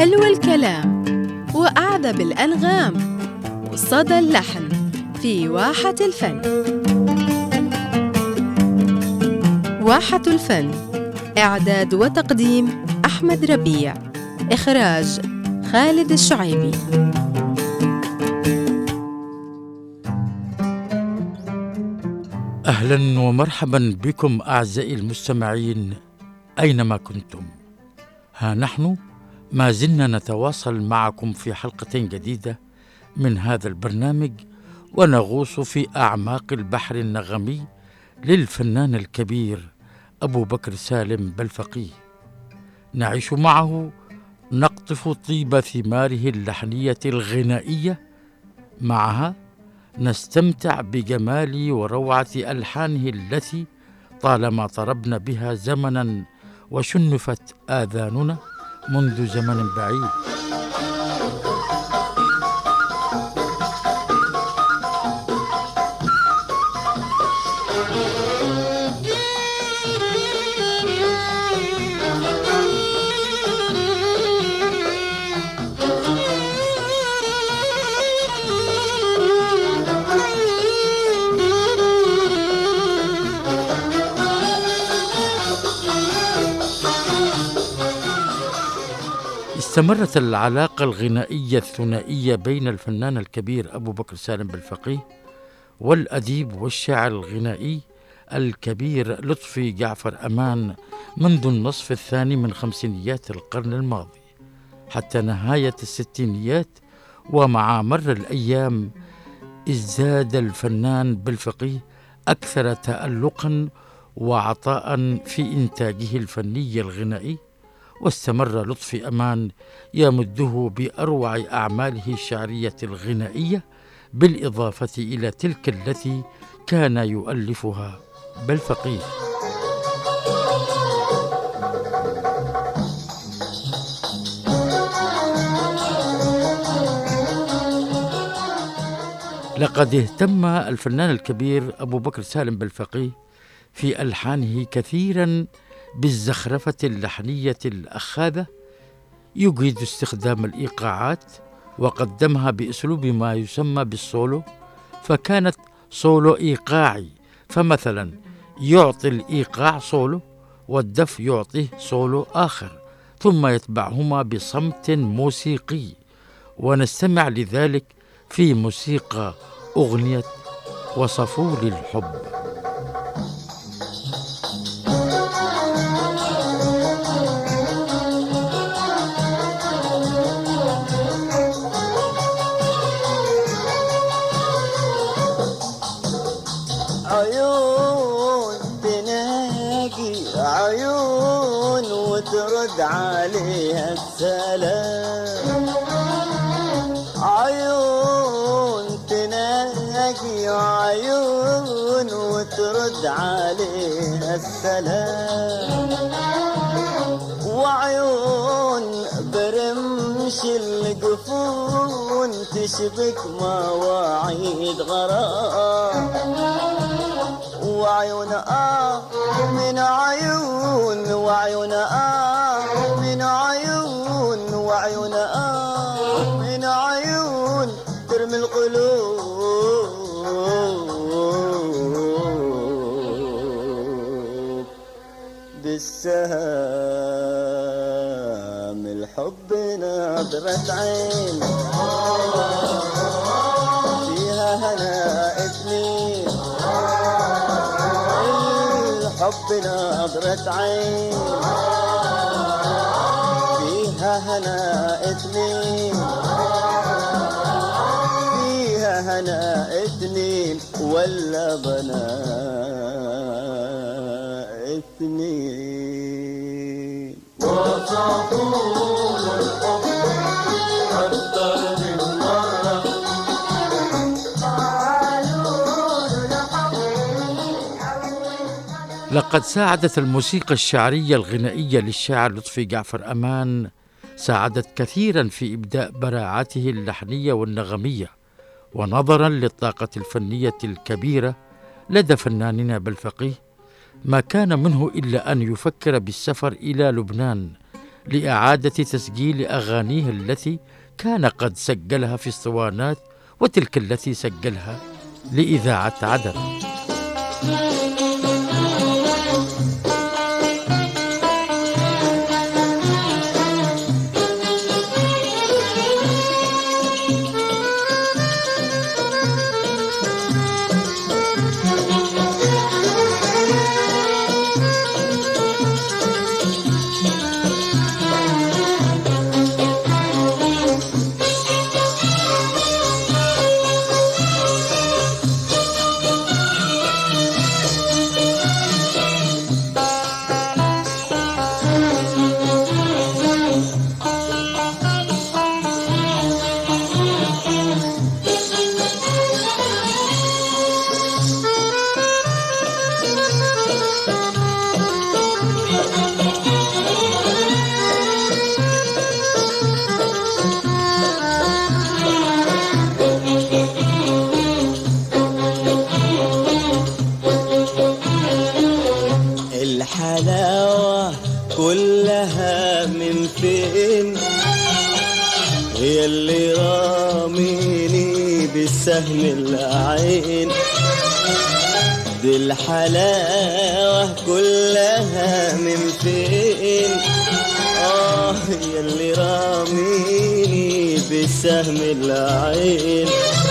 حلو الكلام وأعذب الأنغام وصدى اللحن في واحة الفن. واحة الفن، إعداد وتقديم أحمد ربيع، إخراج خالد الشعيبي. أهلاً ومرحباً بكم أعزائي المستمعين أينما كنتم. ها نحن ما زلنا نتواصل معكم في حلقة جديدة من هذا البرنامج، ونغوص في أعماق البحر النغمي للفنان الكبير أبو بكر سالم بلفقيه. نعيش معه، نقطف طيب ثماره اللحنية الغنائية، معها نستمتع بجمال وروعة ألحانه التي طالما طربنا بها زمنا وشنفت آذاننا منذ زمن بعيد. استمرت العلاقة الغنائية الثنائية بين الفنان الكبير أبو بكر سالم بلفقيه والأديب والشاعر الغنائي الكبير لطفي جعفر أمان منذ النصف الثاني من خمسينيات القرن الماضي حتى نهاية الستينيات. ومع مر الأيام ازداد الفنان بلفقيه أكثر تألقا وعطاء في إنتاجه الفني الغنائي، واستمر لطفي أمان يمده بأروع أعماله الشعرية الغنائية، بالإضافة إلى تلك التي كان يؤلفها بلفقيه. لقد اهتم الفنان الكبير أبو بكر سالم بلفقيه في ألحانه كثيرا بالزخرفة اللحنية الأخاذة، يجيد استخدام الإيقاعات وقدمها بأسلوب ما يسمى بالسولو، فكانت سولو إيقاعي، فمثلا يعطي الإيقاع سولو والدف يعطيه سولو آخر، ثم يتبعهما بصمت موسيقي. ونستمع لذلك في موسيقى أغنية وصفوا لي الحب. عيون تناقي عيون وترد عليها السلام، عيون تناقي عيون وترد عليها السلام، وعيون برمش القفون تشبك مواعيد غرام، وعيون من عيون وعيون من عيون وعيون من عيون ترمي القلوب بالسهام. الحب نظرة عين فيها هناء اثنين، الحب نظرة عين فيها هناء اثنين، فيها هناء اثنين ولا بناء اثنين. وصفوا الحب أكثر من مرة، لقد ساعدت الموسيقى الشعرية الغنائية للشاعر لطفي جعفر أمان، ساعدت كثيرا في إبداء براعته اللحنية والنغمية. ونظرا للطاقة الفنية الكبيرة لدى فناننا بلفقيه، ما كان منه إلا أن يفكر بالسفر إلى لبنان لإعادة تسجيل أغانيه التي كان قد سجلها في اسطوانات وتلك التي سجلها لإذاعة عدن. الحلاوة كلها من فين؟ هي اللي راميني بالسهم العين. دي الحلاوة كلها من فين؟ هي اللي راميني بالسهم العين.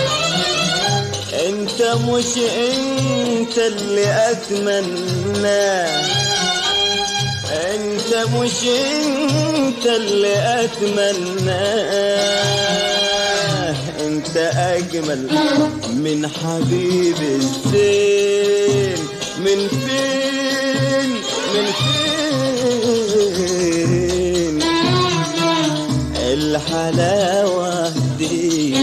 انت مش انت اللي اتمناه، انت مش انت اللي اتمناه، انت اجمل من حبيب الزين. من فين من فين الحلاوة دي؟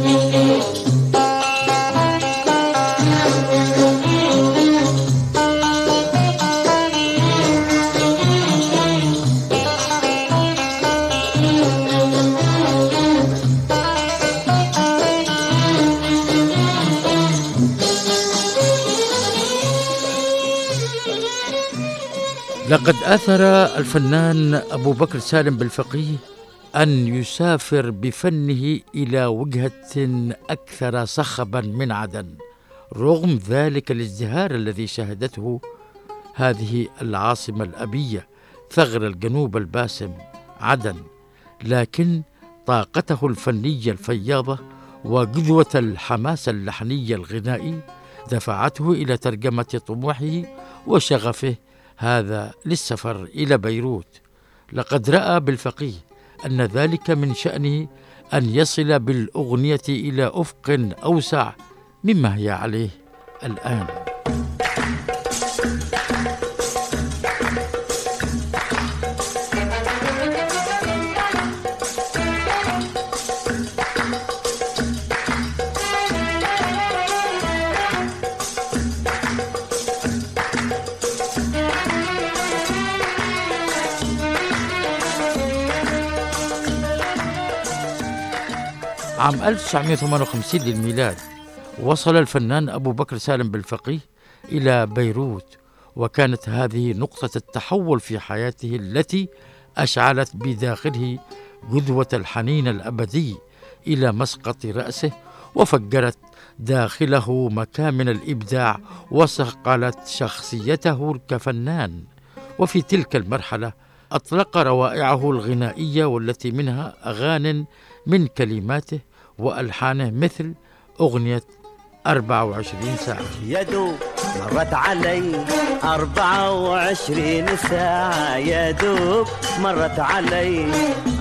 لقد آثر الفنان أبو بكر سالم بالفقيه أن يسافر بفنه إلى وجهة أكثر صخبا من عدن، رغم ذلك الازدهار الذي شهدته هذه العاصمة الأبية ثغر الجنوب الباسم عدن، لكن طاقته الفنية الفياضة وجذوة الحماس اللحني الغنائي دفعته إلى ترجمة طموحه وشغفه هذا للسفر إلى بيروت. لقد رأى بالفقيه أن ذلك من شأنه أن يصل بالأغنية إلى أفق أوسع مما هي عليه الآن. عام 1958 للميلاد وصل الفنان أبو بكر سالم بالفقيه إلى بيروت، وكانت هذه نقطة التحول في حياته التي أشعلت بداخله جذوة الحنين الأبدي إلى مسقط رأسه، وفجرت داخله مكامن الإبداع وصقلت شخصيته كفنان. وفي تلك المرحلة أطلق روائعه الغنائية والتي منها أغانٍ من كلماته وألحانه مثل أغنية 24 ساعة. يدو مرت علي 24 ساعة، يدوب مرت علي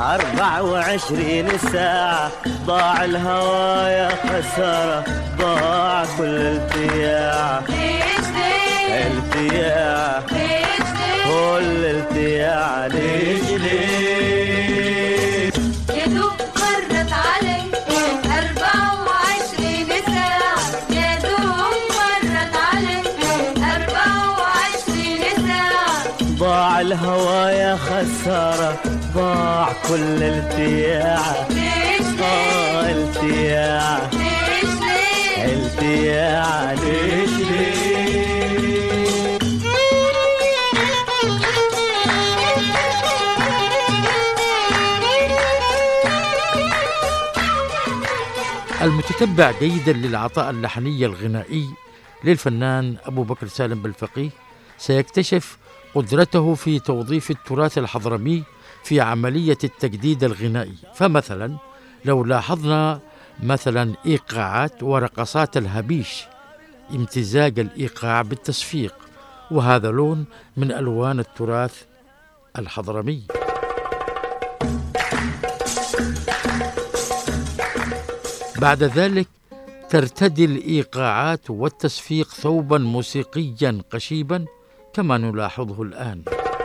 24 ساعة، ضاع الهوى يا خسارة، ضاع كل التياع التياع كل التياع. ليش ليش يدوب مرت علي 24 ساعة، يدوب مرت علي 24 ساعة، ضاع الهوى يا خسارة، ضاع كل التياع. ليش التياع ليش التياع. ليش ليش المتتبع جيدا للعطاء اللحني الغنائي للفنان أبو بكر سالم بالفقيه سيكتشف قدرته في توظيف التراث الحضرمي في عملية التجديد الغنائي. فمثلا لو لاحظنا إيقاعات ورقصات الهبيش، امتزاج الإيقاع بالتصفيق، وهذا لون من ألوان التراث الحضرمي. بعد ذلك ترتدي الإيقاعات والتصفيق ثوبا موسيقيا قشيبا كما نلاحظه الآن.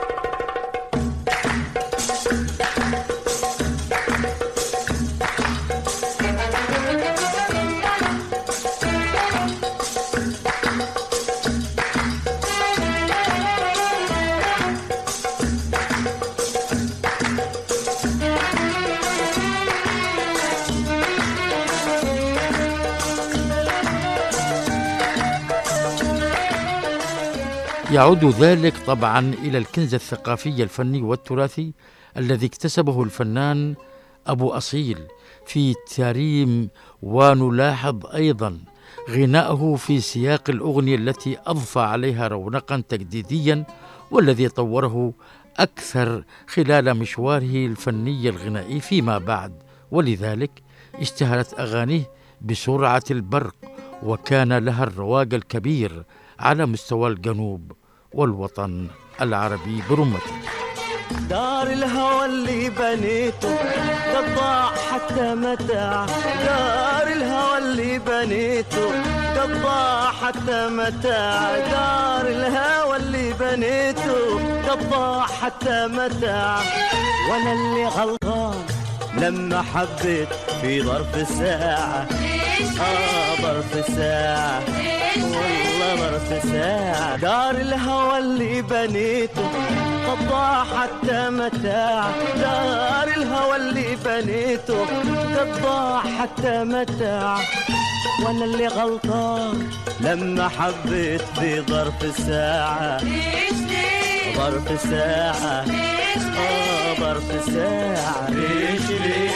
يعود ذلك طبعا إلى الكنز الثقافي الفني والتراثي الذي اكتسبه الفنان أبو أصيل في تريم، ونلاحظ أيضا غناءه في سياق الأغنية التي أضفى عليها رونقا تجديديا والذي طوره أكثر خلال مشواره الفني الغنائي فيما بعد، ولذلك اشتهرت أغانيه بسرعة البرق وكان لها الرواج الكبير على مستوى الجنوب والوطن العربي برمته. دار الهوى اللي بنيته قد ضاع حتى متاع، دار الهوى اللي بنيته قد ضاع حتى متاع، دار الهوى اللي بنيته قد ضاع حتى متاع، وانا اللي غلطان لما حبيت في ظرف ساعة، ظرف ساعة والله ظرف ساعة، دار الهوى اللي بنيته قد ضاع حتى متاع، دار الهوى اللي بنيته قد ضاع حتى متاع، وانا اللي غلطان لما حبيت في ظرف ساعة، ظرف ساعة ظرف ساعة، ليش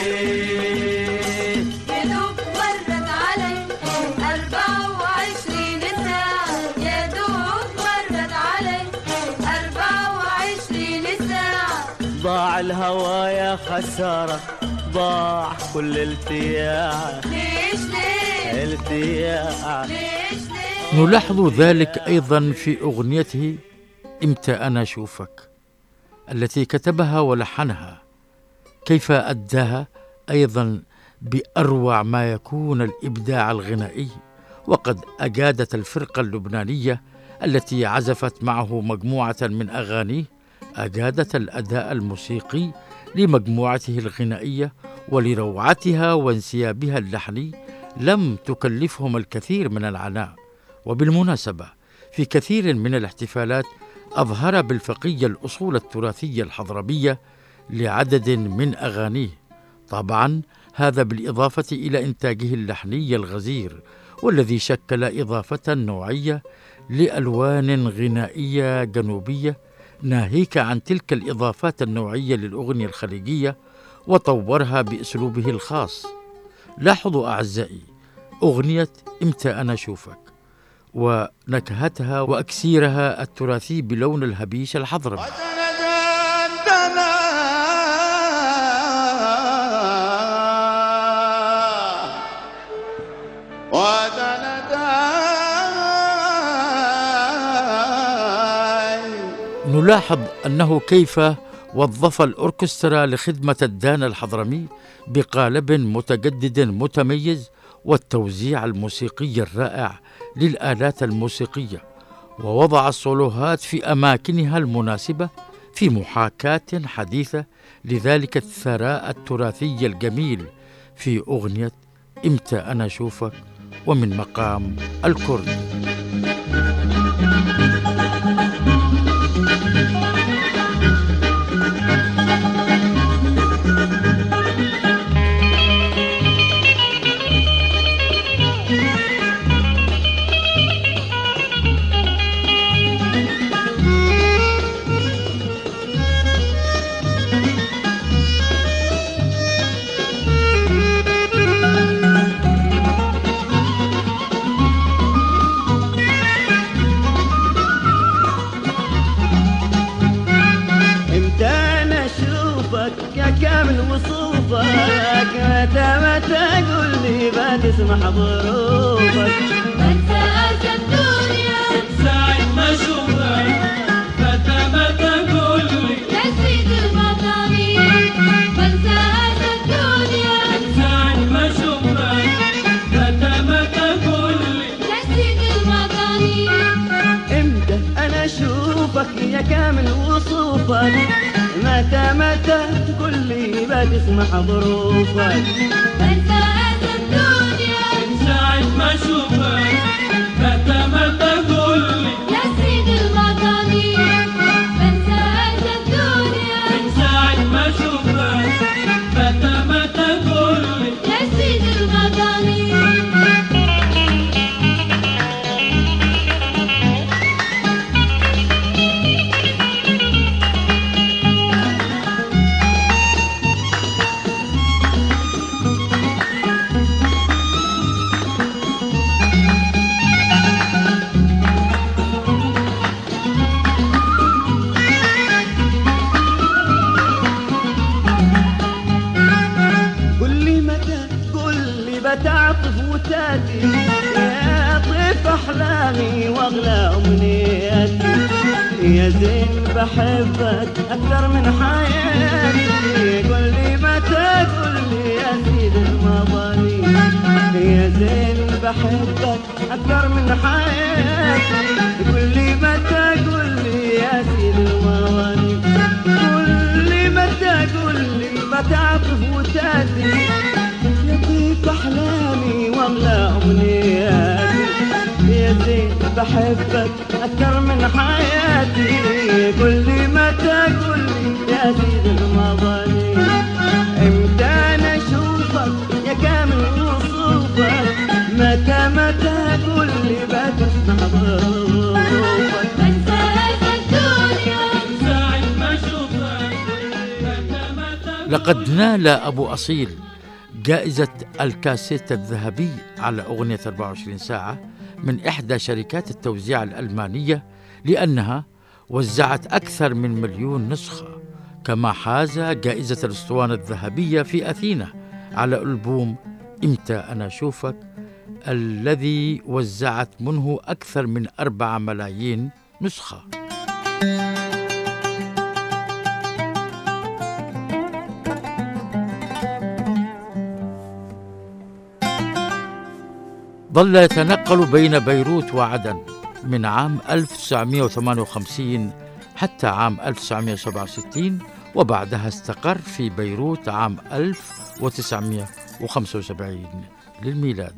يا دوب مرت علي 24 ساعة، يا دوب مرت علي 24 ساعة، ضاع الهوى يا خسارة، ضاع كل التياع، ليش التياع. نلاحظ ذلك أيضا في أغنيته إمتى أنا أشوفك التي كتبها ولحنها، كيف أداها أيضا بأروع ما يكون الإبداع الغنائي، وقد أجادت الفرقة اللبنانية التي عزفت معه مجموعة من أغانيه، أجادت الأداء الموسيقي لمجموعته الغنائية، ولروعتها وانسيابها اللحني لم تكلفهم الكثير من العناء. وبالمناسبة في كثير من الاحتفالات أظهر بالفقيه الأصول التراثية الحضرمية لعدد من أغانيه، طبعا هذا بالإضافة إلى إنتاجه اللحني الغزير والذي شكل إضافة نوعية لألوان غنائية جنوبية ناهيك عن تلك الإضافات النوعية للأغنية الخليجية، وطورها بأسلوبه الخاص. لاحظوا أعزائي أغنية إمتى أنا أشوفك ونكهتها وأكسيرها التراثي بلون الهبيش الحضرمي. نلاحظ أنه كيف وظف الأوركسترا لخدمة الدان الحضرمي بقالب متجدد متميز والتوزيع الموسيقي الرائع للآلات الموسيقية، ووضع الصولوهات في أماكنها المناسبة في محاكاة حديثة لذلك الثراء التراثي الجميل في أغنية إمتى أنا أشوفك ومن مقام الكرد. كامل وصوفك متى تقول لي بتسمح ظروفك بنسى أسى الدنيا ساعة ما أشوفك متى تقول لي يا سيد المطامين بنسى أسى الدنيا ساعة ما أشوفك متى تقول لي يا سيد المطامين امتى انا اشوفك يا كامل وصوفك متى تقول لي بتسمح ظروفك بنسى أسى الدنيا ساعة ما أشوفك متى تقول لي يا سيد المطامين بنسى أسى الدنيا ساعة ما أشوفك متى تقول لي يا سيد المطامين قل لي متى قل لي بتعطف وتاتي يا طيف احلامي واغلى امنياتي يا زين بحبك اكثر من حياتي قل لي متى قل لي يا سيد المظالم يا زين بحبك اكثر من حياتي قل لي متى قل لي يا سيد المظالم قل لي متى قل لي بتعطف وتاتي يطيب احلامي واغلى امنياتي يا زين بحبك اكثر من حياتي قل لي متى قل لي يا سيد المظالم امتى انا اشوفك يا كامل وصوفك متى قل لي بتسمع ظروفك بنسى أسى الدنيا ساعة ما أشوفك متى لقد نال أبو أصيل جائزة الكاسيت الذهبي على أغنية 24 ساعة من إحدى شركات التوزيع الألمانية لأنها وزعت أكثر من 1,000,000 نسخة. كما حاز جائزة الأسطوانة الذهبية في أثينا على ألبوم إمتى أنا أشوفك الذي وزعت منه أكثر من 4 ملايين نسخة. ظل يتنقل بين بيروت وعدن من عام 1958 حتى عام 1967 وبعدها استقر في بيروت عام 1975 للميلاد.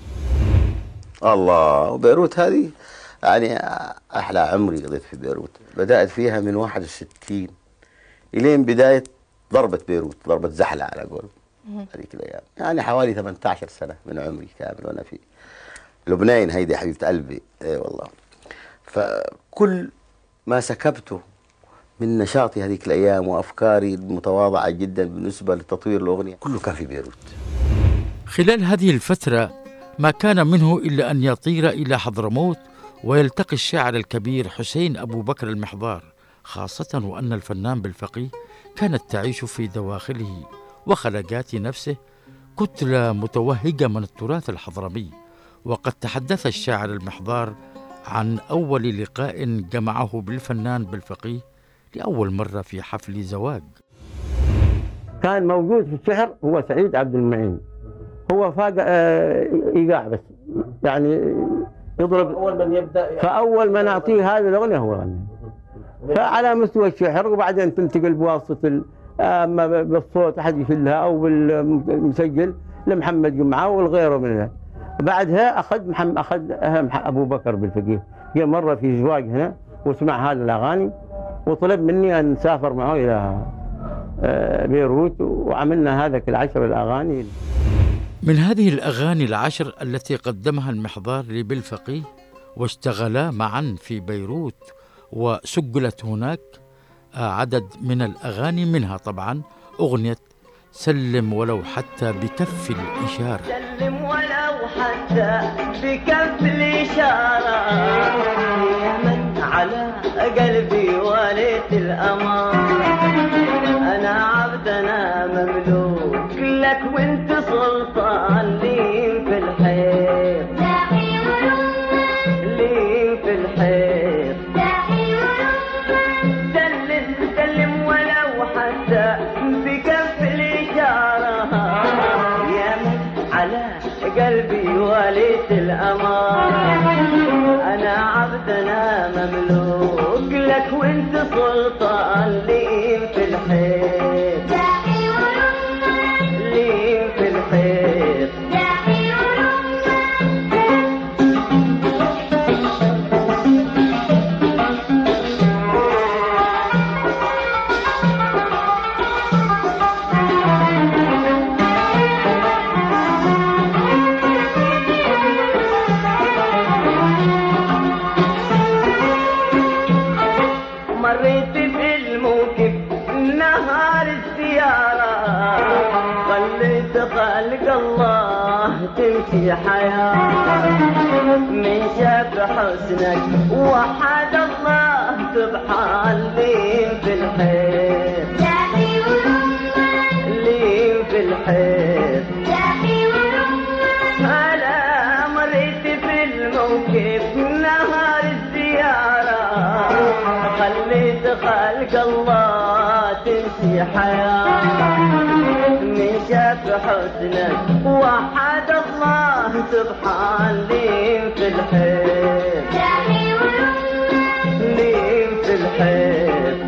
الله، وبيروت هذه يعني أحلى عمري قضيت في بيروت. بدأت فيها من 61 إلين بداية ضربة بيروت، ضربة زحلة على قول هذيك الأيام، يعني حوالي 18 سنة من عمري كامل وأنا في لبنان. هيدي حبيبة قلبي، اي والله. فكل ما سكبته من نشاطي هذيك الأيام وأفكاري المتواضعة جدا بالنسبة لتطوير الأغنية كله كان في بيروت. خلال هذه الفترة ما كان منه إلا أن يطير إلى حضرموت ويلتقي الشاعر الكبير حسين أبو بكر المحضار، خاصة وأن الفنان بالفقيه كانت تعيش في دواخله وخلقات نفسه كتلة متوهجة من التراث الحضرمي. وقد تحدث الشاعر المحضار عن أول لقاء جمعه بالفنان بالفقيه لأول مرة في حفل زواج. كان موجود في الشهر هو سعيد عبد المعين، هو فاق إيقاع بس يعني يضرب أول من يبدأ، فأول ما نعطيه هذه الأغنية هو غنى. فعلى مستوى الشهر وبعدين تنتقل بواسطة أما بالصوت أحد يشلها أو بالمسجل لمحمد جمعة والغيره منها. بعدها أخذ أبو بكر بالفقيه، جاء مرة في زواج هنا وسمع هذه الأغاني وطلب مني أن نسافر معه إلى بيروت وعملنا هذاك العشر الأغاني. من هذه الأغاني العشر التي قدمها المحضار لبالفقيه واشتغلا معا في بيروت وسجلت هناك عدد من الأغاني، منها طبعا أغنية سلم ولو حتى بكف الإشارة. سلم ولو حتى بكف الإشارة يا من على قلبي وليت الأمان، أنا عبد عبد انا مملوك لك وانت سلطان لين في الحيط لين في الحيط سلم ولو حتى بكف الإشارة يا من على قلبي وليت الأمان أنا عبد أنا مملوك لك وانت سلطان لين في الحيط لين في الحيط مريت في الموكب نهار الزيارة خليت خلق الله تمشي حياة من شاف حسنك وحد الله سبحان لين في الحيط لين في الحيط هلا مريت في الموكب نهار الزيارة خليت خلق الله تمشي حياة من شاف حسنك وحد الله سبحان لين في الحيط لين في الحيط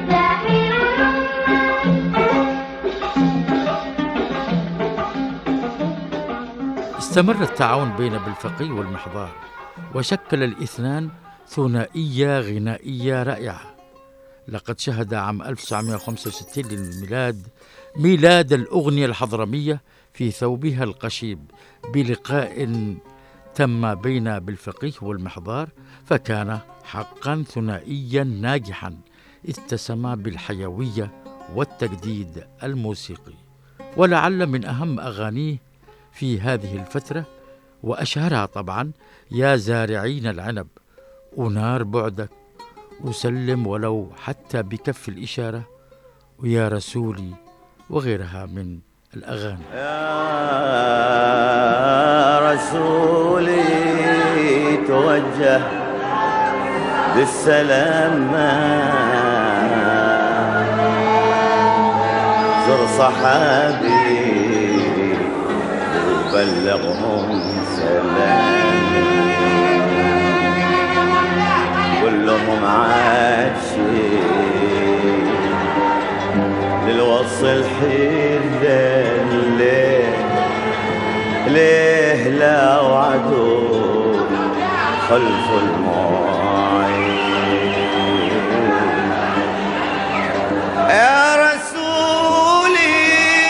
استمر التعاون بين بالفقيه والمحضار، وشكل الاثنان ثنائية غنائية رائعة. لقد شهد عام 1965 للميلاد ميلاد الأغنية الحضرمية في ثوبها القشيب بلقاء تم بين بالفقيه والمحضار، فكان حقا ثنائيا ناجحا اتسم بالحيوية والتجديد الموسيقي. ولعل من أهم أغانيه في هذه الفترة وأشهرها طبعا يا زارعين العنب، أنار بعدك، أسلم ولو حتى بكف الإشارة، ويا رسولي، وغيرها من الأغاني. يا رسولي توجه بالسلام زر صحابي وبلغهم سلامي كلهم عاشي للوصل حيل ليه لا وعدوا خلف المواعيد. يا رسولي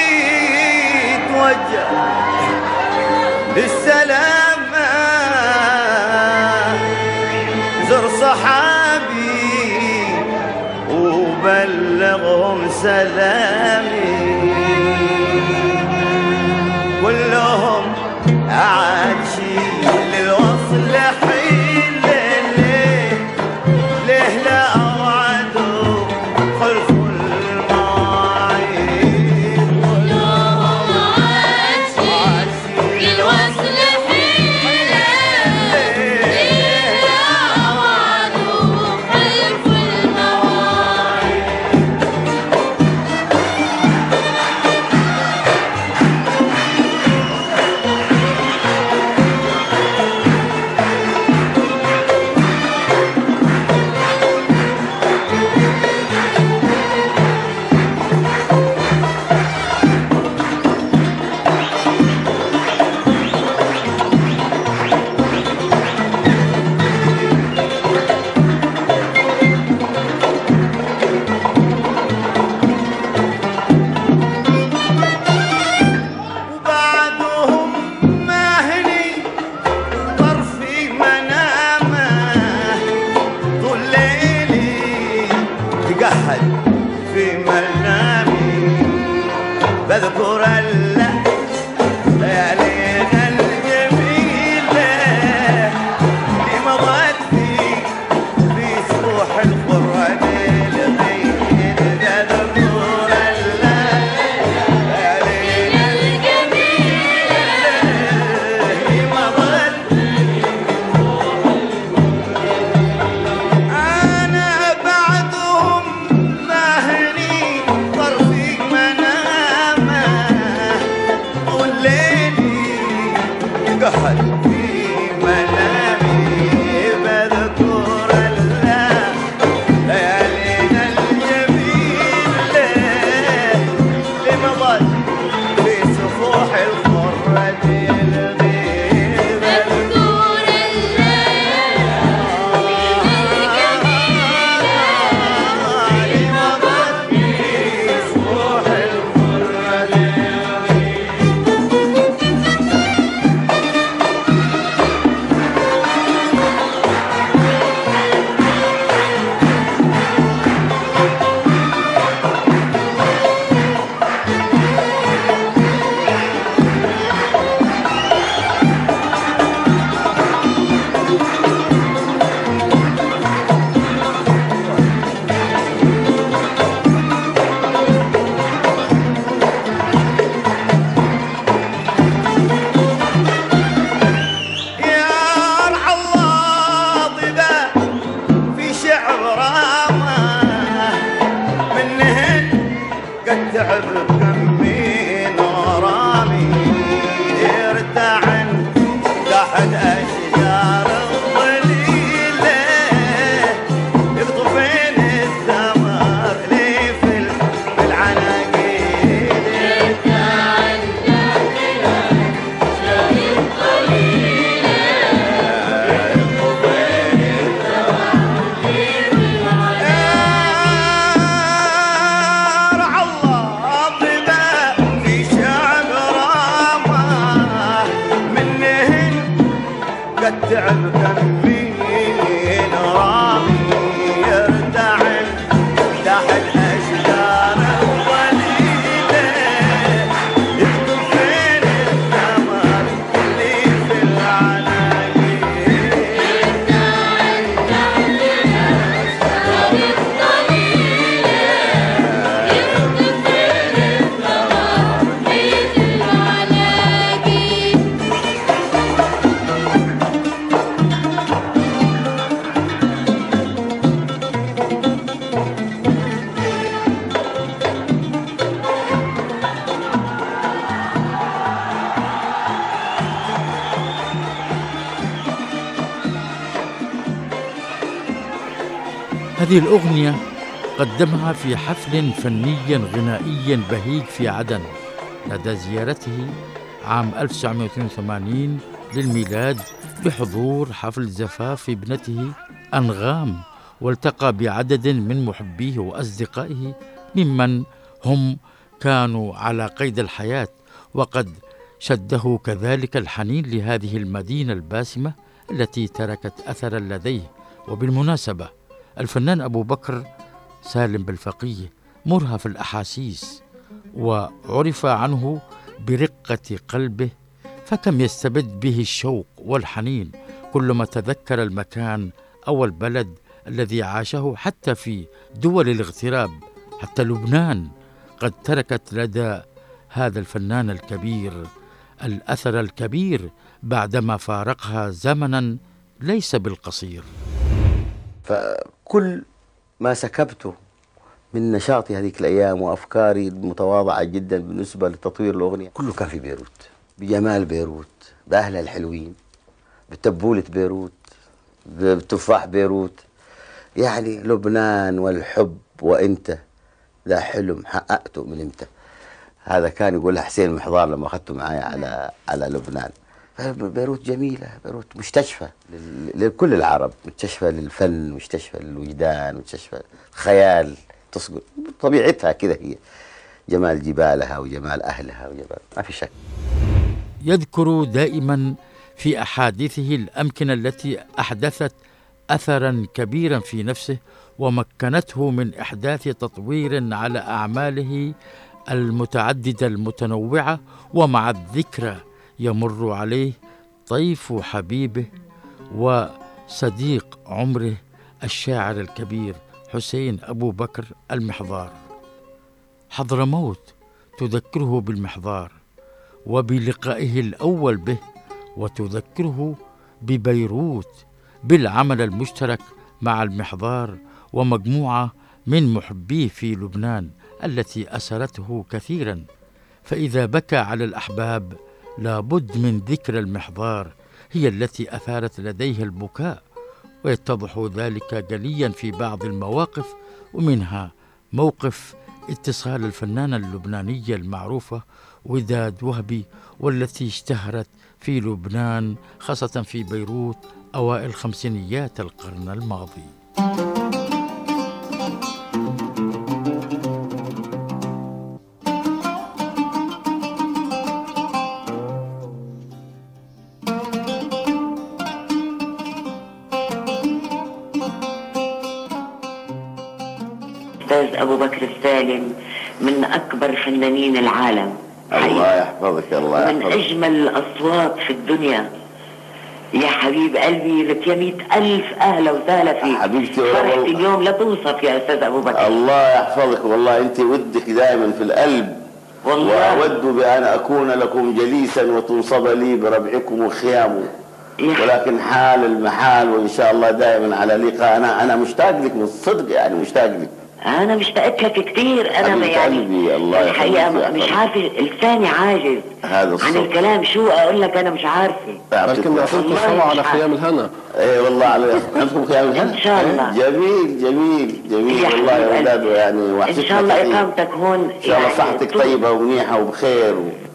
توجه بالسلام زر صحابي وبلغهم سلامي كلهم عاشي للوصل حيل ليه لا أوعدوا خلف المواعيد كلهم عاشي للوصل حيل ليه لا أوعدوا خلف المواعيد. وبعدهم مهني طرفي منامه طول ليلي تقهد في منامي بذكر ليالينا الجميلة اللي مضت في سبوح القرآن الغيب بذكر مضت في منامي بذكر الله ليالينا الجميلة اللي مضت في سفوح الفرة الغيب بذكر اللي مضت في سفوح الفرة الغيب يا رعى الله ضبا في شعب رامه منهن قد تعب كم من رامي يرتعن تحت اشجار الظليله يقطفين الثمر لي في العناقيل رعى الله ضبا في شعب رامه منهن قد تعب كم من رامي يرتعن تحت اشجار الظليله يقطفين الثمر اللي في العناقيل هذه الأغنية قدمها في حفل فني غنائي بهيج في عدن لدى زيارته عام 1982 للميلاد بحضور حفل زفاف ابنته أنغام، والتقى بعدد من محبيه وأصدقائه ممن هم كانوا على قيد الحياة، وقد شده كذلك الحنين لهذه المدينة الباسمة التي تركت أثرا لديه. وبالمناسبة الفنان أبو بكر سالم بالفقيه مرهف الأحاسيس، وعرف عنه برقة قلبه، فكم يستبد به الشوق والحنين كلما تذكر المكان أو البلد الذي عاشه، حتى في دول الاغتراب، حتى لبنان قد تركت لدى هذا الفنان الكبير الأثر الكبير بعدما فارقها زمنا ليس بالقصير. فكل ما سكبته من نشاطي هذيك الأيام وأفكاري المتواضعة جدا بالنسبة لتطوير الأغنية كله كان في بيروت، بجمال بيروت، بأهلها الحلوين، بتبولة بيروت، بتفاح بيروت. يعني لبنان والحب وأنت ذا حلم حققته من إمتى. هذا كان يقولها حسين محضار لما أخذته معايا على لبنان. بيروت جميلة، بيروت مستشفى لكل العرب، مستشفى للفن، مستشفى للوجدان، مستشفى الخيال، تصقل طبيعتها كذا، هي جمال جبالها وجمال أهلها وجمال، ما في شك. يذكر دائما في أحاديثه الأمكنة التي أحدثت أثرا كبيرا في نفسه ومكنته من إحداث تطوير على أعماله المتعددة المتنوعة، ومع الذكرى يمر عليه طيف حبيبه وصديق عمره الشاعر الكبير حسين أبو بكر المحضار. حضرموت تذكره بالمحضار وبلقائه الأول به، وتذكره ببيروت بالعمل المشترك مع المحضار ومجموعة من محبيه في لبنان التي أسرته كثيرا. فإذا بكى على الأحباب لابد من ذكر المحضار هي التي أثارت لديه البكاء، ويتضح ذلك جليا في بعض المواقف، ومنها موقف اتصال الفنانة اللبنانية المعروفة وداد وهبي، والتي اشتهرت في لبنان خاصة في بيروت أوائل خمسينيات القرن الماضي. أستاذ أبو بكر السالم من أكبر فنانين العالم، الله يحفظك. الله من يحفظك. أجمل الأصوات في الدنيا. يا حبيب قلبي لك يا 100,000 أهلا وسهلا فيك حبيبتي فرحتي والله. اليوم لا توصف يا أستاذ أبو بكر. الله يحفظك. والله أنت ودك دائما في القلب، والله وأود بأن أكون لكم جليسا وتنصب لي بربعكم وخيام، ولكن حال المحال، وإن شاء الله دائما على لقاء. أنا مشتاق لك من الصدق، يعني مشتاق لك. أنا مشتاقت لك كثير. أنا يعني الله الحقيقة مش عارفة، لساني عاجز هذا عن الكلام. شو أقول لك، أنا مش عارفة. لكن نعطيكم سوا على خيام الهنا. اي والله على عندكم خيام الهنا إن شاء الله. جميل جميل جميل والله يا أولاد. يعني إن شاء الله إقامتك هون إن شاء الله صحتك طيبة ومنيحة وبخير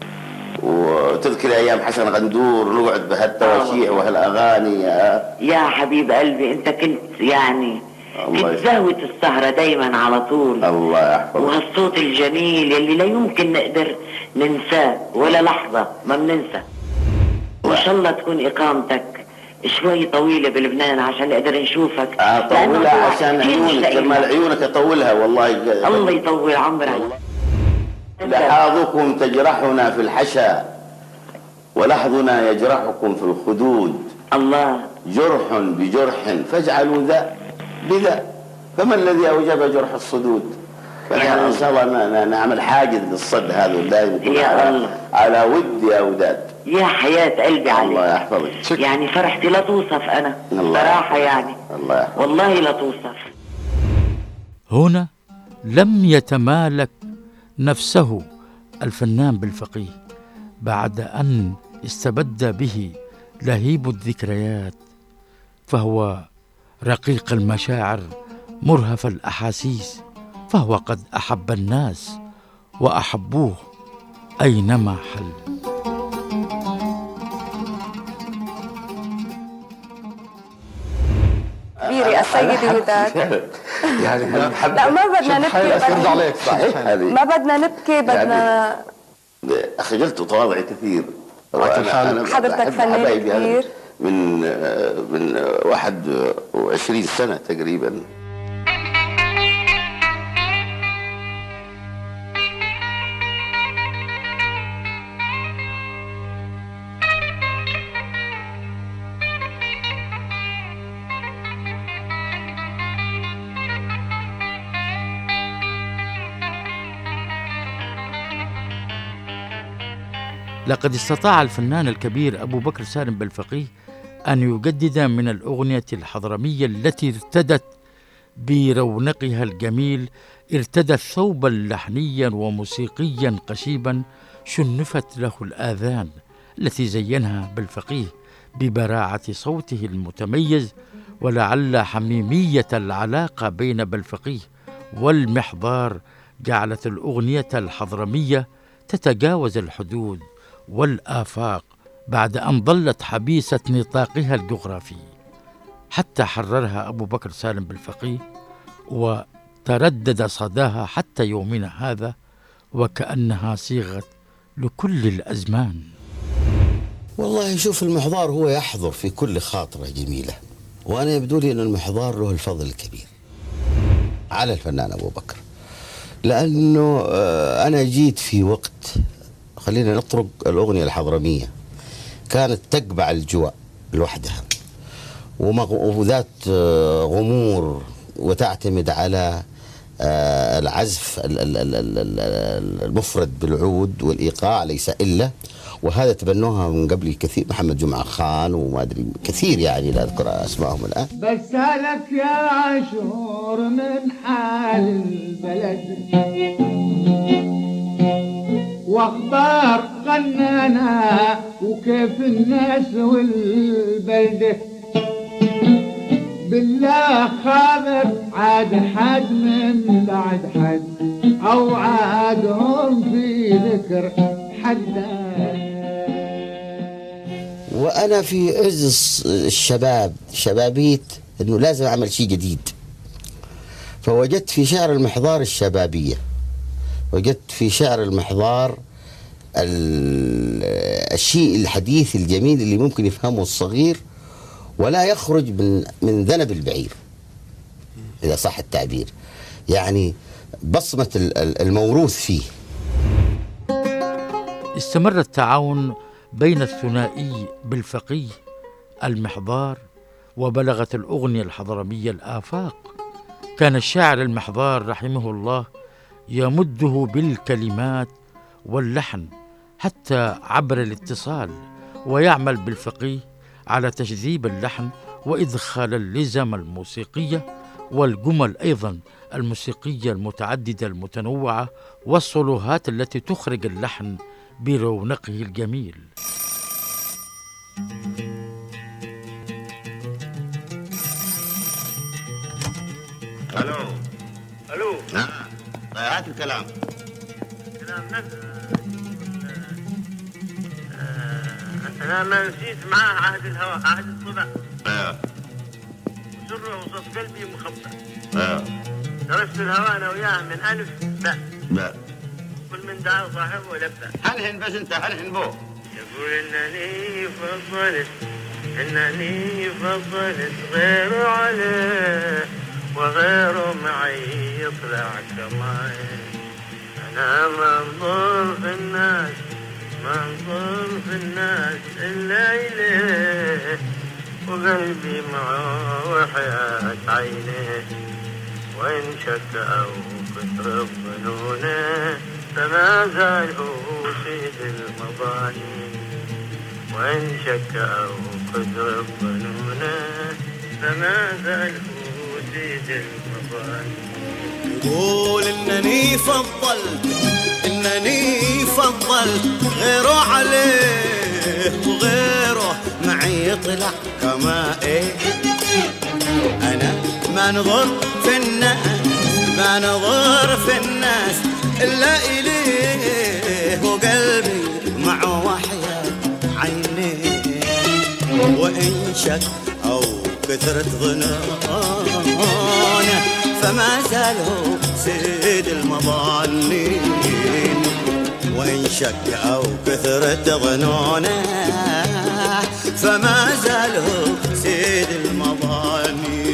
وتذكر أيام حسن غندور نقعد بهالتواشيح وهالأغاني. يا حبيب قلبي أنت كنت يعني كنت زهوة السهرة دايما على طول. الله يحفظك. وهالصوت الجميل يلي لا يمكن نقدر ننساه ولا لحظة ما بننسى. وإن شاء الله تكون إقامتك شوي طويلة بلبنان عشان نقدر نشوفك. طولها عشان عيونك، كرمال عيونك أطولها. والله الله يطول عمرك. لحاظكم تجرحنا في الحشا ولحظنا يجرحكم في الخدود. الله. جرح بجرح فاجعلوا ذا بذا، فما الذي أوجب جرح الصدود؟ فنحن إن شاء الله نعمل حاجز للصد هذا دائما على ود يا أوداد. يا حياة قلبي عليك. الله يحفظك. يعني فرحتي لا توصف أنا صراحة، يعني الله يحفظك. والله لا توصف. هنا لم يتمالك نفسه الفنان بالفقيه بعد أن استبد به لهيب الذكريات، فهو رقيق المشاعر مرهف الأحاسيس، فهو قد أحب الناس وأحبوه أينما حل. كبيرة السيدة وداد. يعني لا ما بدنا نبكي، صحيح ما بدنا نبكي، بدنا خجلت وتواضعي كثير. حضرتك فنان كبير من 21 سنة تقريبا. لقد استطاع الفنان الكبير أبو بكر سالم بالفقيه أن يجدد من الأغنية الحضرمية التي ارتدت برونقها الجميل، ارتدت ثوبا لحنيا وموسيقيا قشيبا شنفت له الآذان، التي زينها بالفقيه ببراعة صوته المتميز. ولعل حميمية العلاقة بين بالفقيه والمحضار جعلت الأغنية الحضرمية تتجاوز الحدود والآفاق بعد أن ظلت حبيسة نطاقها الجغرافي، حتى حررها أبو بكر سالم بالفقيه وتردد صداها حتى يومنا هذا، وكأنها صيغت لكل الأزمان. والله شوف، المحضار هو يحضر في كل خاطرة جميلة، وأنا يبدو لي أن المحضار له الفضل الكبير على الفنان أبو بكر، لأنه أنا جيت في وقت، خلينا نطرق الأغنية الحضرمية، كانت تقبع الجواء لوحدها وذات غمور، وتعتمد على العزف المفرد بالعود والإيقاع ليس إلا، وهذا تبنوها من قبل كثير، محمد جمعة خان وما أدري كثير، يعني لا أذكر أسمائهم الآن. بسألك يا عاشور من حال البلد، واخبار غنانا وكيف الناس والبلده بالله خابر عاد حد من بعد حد او عادهم في ذكر حدا. وانا في عز الشباب شبابيت انه لازم اعمل شيء جديد، فوجدت في شعر المحضار الشبابيه، وجدت في شعر المحضار الشيء الحديث الجميل اللي ممكن يفهمه الصغير ولا يخرج من ذنب البعير إذا صح التعبير، يعني بصمة الموروث فيه. استمر التعاون بين الثنائي بالفقيه المحضار، وبلغت الأغنية الحضرمية الآفاق. كان الشاعر المحضار رحمه الله يمده بالكلمات واللحن حتى عبر الاتصال، ويعمل بالفقيه على تجذيب اللحن وإدخال اللزم الموسيقية والجمل أيضا الموسيقية المتعددة المتنوعة والصلوهات التي تخرج اللحن برونقه الجميل. الو الو هات الكلام. أنا ما نسيت معاه عهد الهواء، عهد الصبا. سره وصف قلبي مخبى. درست الهواء أنا وياه من ألف باء. كل من دعا صاحبه لبى. هلهن بس أنت هلهن بو. يقول إنني فضلت غيره عليه وغيره معي يطلع كماي. أنا منظور في الناس إلا إليه وقلبي معه وحياة عينيه. وإن شك أو كثر الظنونه فما زال هو سيد المظاني. وإن شك أو كثر الظنونه فما زال هو سيد المظاني. يقول إنني فضلت غيره عليه وغيره معي يطلع كما إيه. أنا ما نظر في الناس إلا إليه وقلبي معه وحياة عينيه. وإن شك أو كثرت ظنونه فما زال هو سيد المظانين. وإن شك أو كثرت ظنونه فما زال هو سيد المظانين.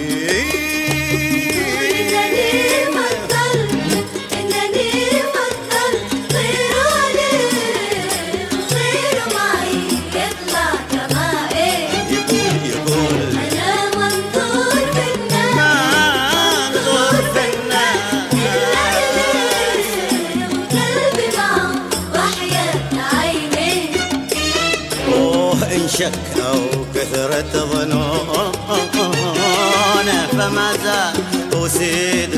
إنني فضلت غيره عليه وغيره معي يطلع كما إيه. يقول أنا منظور في الناس إلا إليه وقلبي معه وحياة عينيه. إن شك أو كثرت ظنونه فما زال هو سيد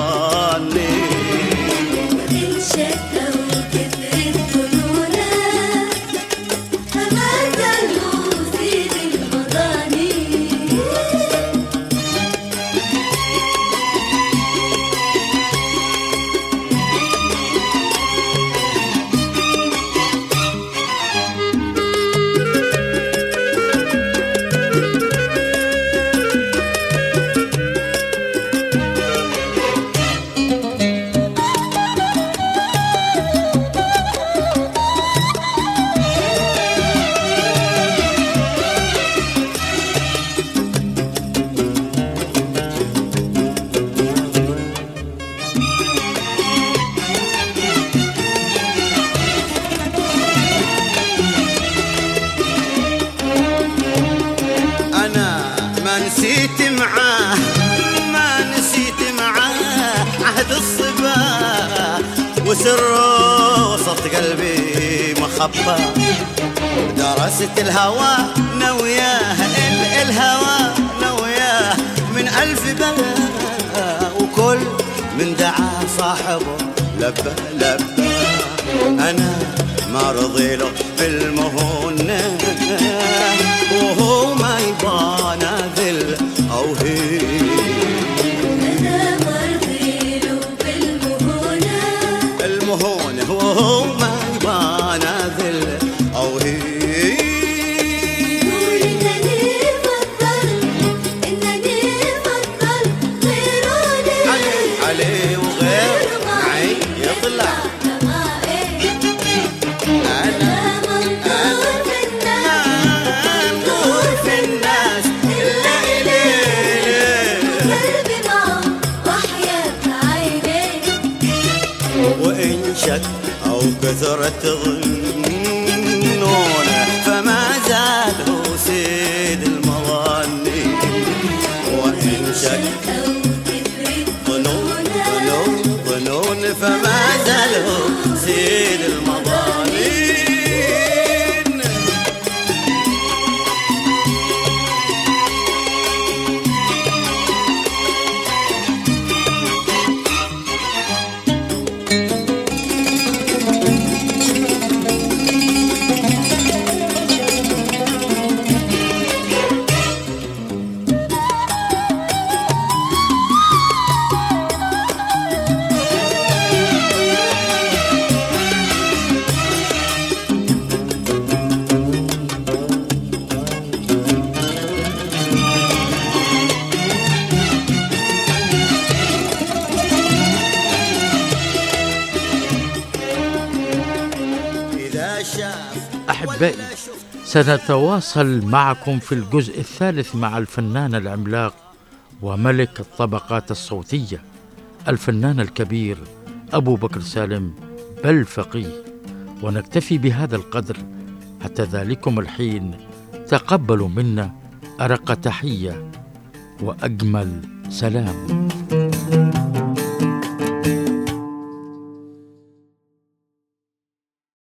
المظانين. إن شك أو كثرت ظنونه فما زال هو سيد المظانين. عهد الصبا وسر وسط قلبي مخبى. درست الهوى نوياه الهوى نوياه من ألف بلا وكل من دعا صاحبه لبى. أنا ما رضي له بالمهونة وهو ما يبان ذل أو هي. أنا ما رضي له بالمهونة المهونة وهو ما يبان ذل أو هي. عليه وغير معي يطلع. أنا منظور في الناس إلا إليه قلبي معه وحياة عينيه. وإن شك أو كثرت ظنونه فما زال هو سيد المظاني. وإن شك ظنون فما زال هو سيد المظالم. أحبائي، سنتواصل معكم في الجزء الثالث مع الفنان العملاق وملك الطبقات الصوتية الفنان الكبير أبو بكر سالم بالفقيه، ونكتفي بهذا القدر حتى ذلكم الحين. تقبلوا منا أرق تحية وأجمل سلام.